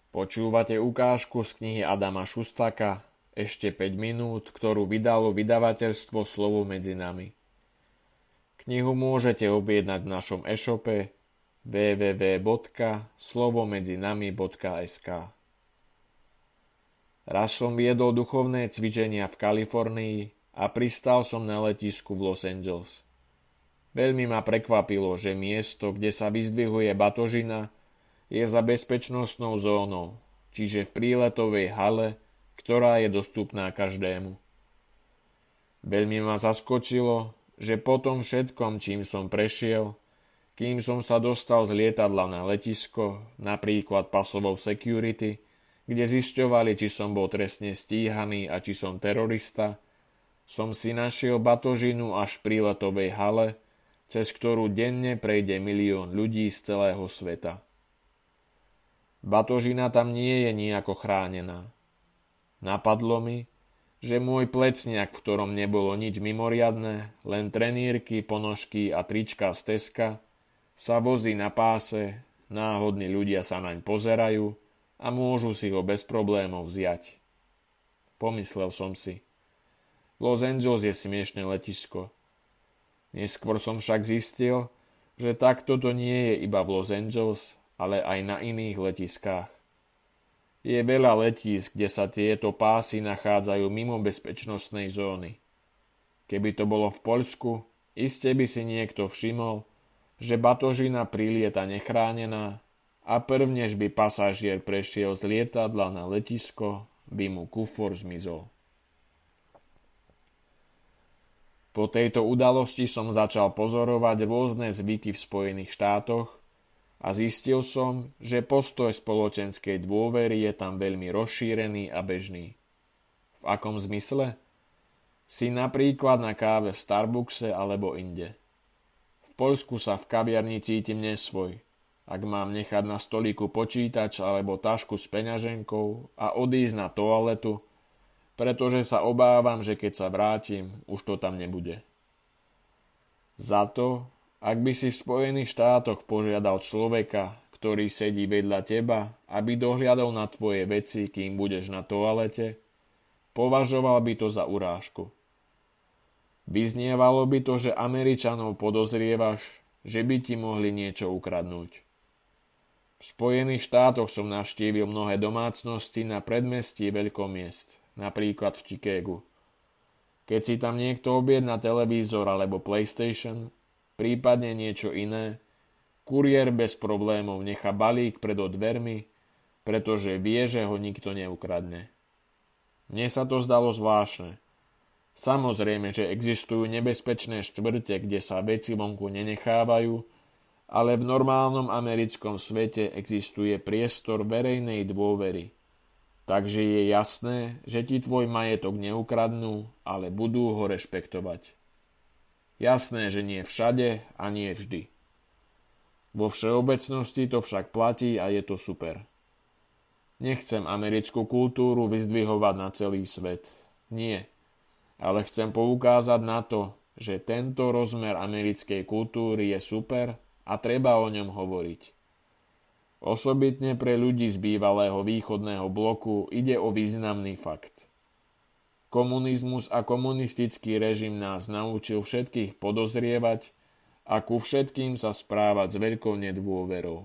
Počúvate ukážku z knihy Adama Šustaka Ešte 5 minút, ktorú vydalo vydavateľstvo Slovo medzi nami. Knihu môžete objednať v našom e-shope www.slovomedzinami.sk. Raz som viedol duchovné cvičenia v Kalifornii a pristal som na letisku v Los Angeles. Veľmi ma prekvapilo, že miesto, kde sa vyzdvihuje batožina, je za bezpečnostnou zónou, čiže v príletovej hale, ktorá je dostupná každému. Veľmi ma zaskočilo, že po tom všetkom, čím som prešiel, kým som sa dostal z lietadla na letisko, napríklad pasovou security, kde zisťovali, či som bol trestne stíhaný a či som terorista, som si našiel batožinu až v príletovej hale, cez ktorú denne prejde 1 000 000 ľudí z celého sveta. Batožina tam nie je nijako chránená. Napadlo mi, že môj plecniak, v ktorom nebolo nič mimoriadne, len trenírky, ponožky a trička z Teska, sa vozí na páse, náhodní ľudia sa naň pozerajú a môžu si ho bez problémov vziať. Pomyslel som si. Los Angeles je smiešne letisko. Neskôr som však zistil, že takto to nie je iba v Los Angeles, ale aj na iných letiskách. Je veľa letísk, kde sa tieto pásy nachádzajú mimo bezpečnostnej zóny. Keby to bolo v Poľsku, iste by si niekto všimol, že batožina prilieta nechránená a prvnež by pasažier prešiel z lietadla na letisko, by mu kufor zmizol. Po tejto udalosti som začal pozorovať rôzne zvyky v Spojených štátoch a zistil som, že postoj spoločenskej dôvery je tam veľmi rozšírený a bežný. V akom zmysle? Si napríklad na káve v Starbuckse alebo inde. V Poľsku sa v kaviarni cítim nesvoj, ak mám nechať na stolíku počítač alebo tašku s peňaženkou a odísť na toaletu, pretože sa obávam, že keď sa vrátim, už to tam nebude. Za to, ak by si v Spojených štátoch požiadal človeka, ktorý sedí vedľa teba, aby dohliadol na tvoje veci, kým budeš na toalete, považoval by to za urážku. Vyznievalo by to, že Američanov podozrievaš, že by ti mohli niečo ukradnúť. V Spojených štátoch som navštívil mnohé domácnosti na predmestí veľkomiest, napríklad v Chicagu. Keď si tam niekto objedná televízor alebo PlayStation, prípadne niečo iné, kuriér bez problémov nechá balík pred dvermi, pretože vie, že ho nikto neukradne. Mne sa to zdalo zvláštne. Samozrejme, že existujú nebezpečné štvrte, kde sa veci vonku nenechávajú, ale v normálnom americkom svete existuje priestor verejnej dôvery. Takže je jasné, že ti tvoj majetok neukradnú, ale budú ho rešpektovať. Jasné, že nie všade a nie vždy. Vo všeobecnosti to však platí a je to super. Nechcem americkú kultúru vyzdvihovať na celý svet. Nie. Ale chcem poukázať na to, že tento rozmer americkej kultúry je super a treba o ňom hovoriť. Osobitne pre ľudí z bývalého východného bloku ide o významný fakt. Komunizmus a komunistický režim nás naučil všetkých podozrievať a ku všetkým sa správať s veľkou nedôverou.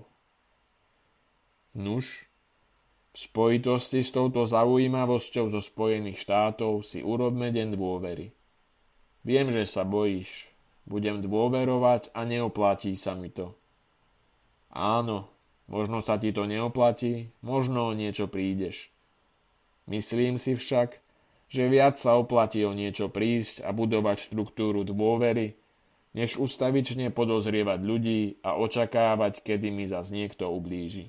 Nuž, v spojitosti s touto zaujímavosťou zo Spojených štátov si urobme deň dôvery. Viem, že sa bojíš. Budem dôverovať a neoplatí sa mi to. Áno, možno sa ti to neoplatí, možno o niečo prídeš. Myslím si však, že viac sa oplatí o niečo prísť a budovať štruktúru dôvery, než ustavične podozrievať ľudí a očakávať, kedy mi zas niekto ublíži.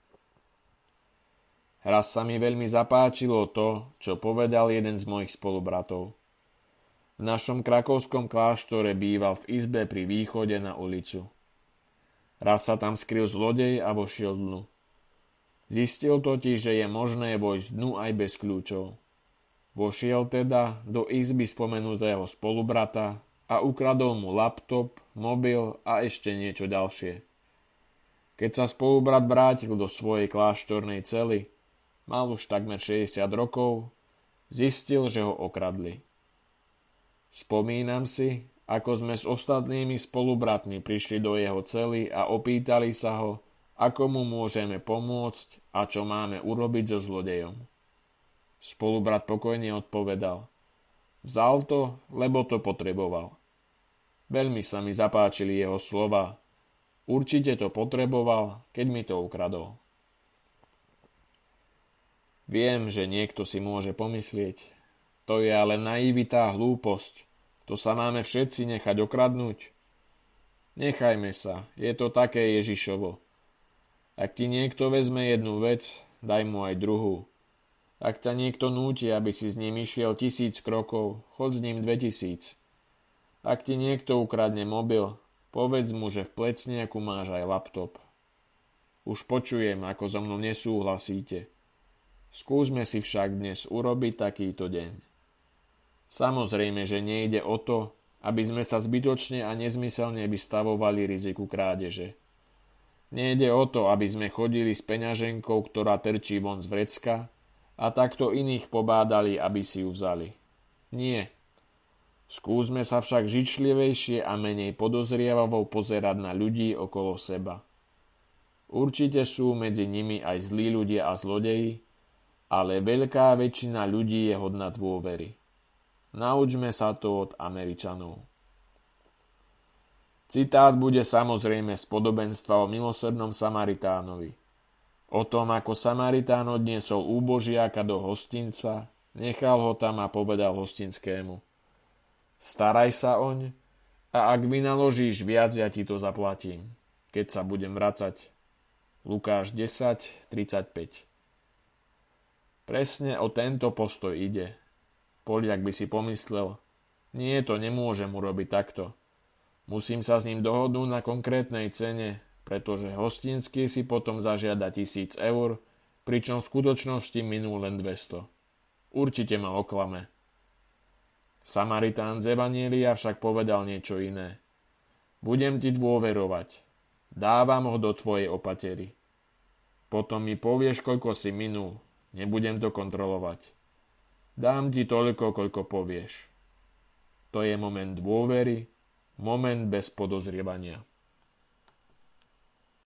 Raz sa mi veľmi zapáčilo to, čo povedal jeden z mojich spolubratov. V našom krakovskom kláštore býval v izbe pri východe na ulicu. Raz sa tam skryl zlodej a vošiel dnu. Zistil totiž, že je možné vojsť dnu aj bez kľúčov. Vošiel teda do izby spomenutého spolubrata a ukradol mu laptop, mobil a ešte niečo ďalšie. Keď sa spolubrat vrátil do svojej kláštornej cely, mal už takmer 60 rokov, zistil, že ho okradli. Spomínam si, ako sme s ostatnými spolubratmi prišli do jeho cely a opýtali sa ho, ako mu môžeme pomôcť a čo máme urobiť so zlodejom. Spolubrat pokojne odpovedal: vzal to, lebo to potreboval. Veľmi sa mi zapáčili jeho slova. Určite to potreboval, keď mi to ukradol. Viem, že niekto si môže pomyslieť: to je ale naivita a hlúposť. To sa máme všetci nechať okradnúť. Nechajme sa, je to také Ježišovo. Ak ti niekto vezme jednu vec, daj mu aj druhú. Ak ťa niekto núti, aby si s ním išiel 1000 krokov, chod s ním 2000. Ak ti niekto ukradne mobil, povedz mu, že v plecniaku máš aj laptop. Už počujem, ako so mnou nesúhlasíte. Skúsme si však dnes urobiť takýto deň. Samozrejme, že nejde o to, aby sme sa zbytočne a nezmyselne vystavovali riziku krádeže. Nejde o to, aby sme chodili s peňaženkou, ktorá trčí von z vrecka, a takto iných pobádali, aby si ju vzali. Nie. Skúsme sa však žičlivejšie a menej podozrievavo pozerať na ľudí okolo seba. Určite sú medzi nimi aj zlí ľudia a zlodeji, ale veľká väčšina ľudí je hodná dôvery. Naučme sa to od Američanov. Citát bude samozrejme z podobenstva o milosrdnom Samaritánovi. O tom, ako Samaritán odniesol úbožiaka do hostinca, nechal ho tam a povedal hostinskému: staraj sa oň a ak vynaložíš viac, ja ti to zaplatím, keď sa budem vracať. Lukáš 10:35. Presne o tento postoj ide. Poliak by si pomyslel: nie, to nemôžem urobiť takto. Musím sa s ním dohodnúť na konkrétnej cene, pretože hostinský si potom zažiada 1000 eur, pričom v skutočnosti minul len 200. Určite ma oklame. Samaritán z Evanielia však povedal niečo iné. Budem ti dôverovať. Dávam ho do tvojej opatery. Potom mi povieš, koľko si minul. Nebudem to kontrolovať. Dám ti toľko, koľko povieš. To je moment dôvery, moment bez podozrievania.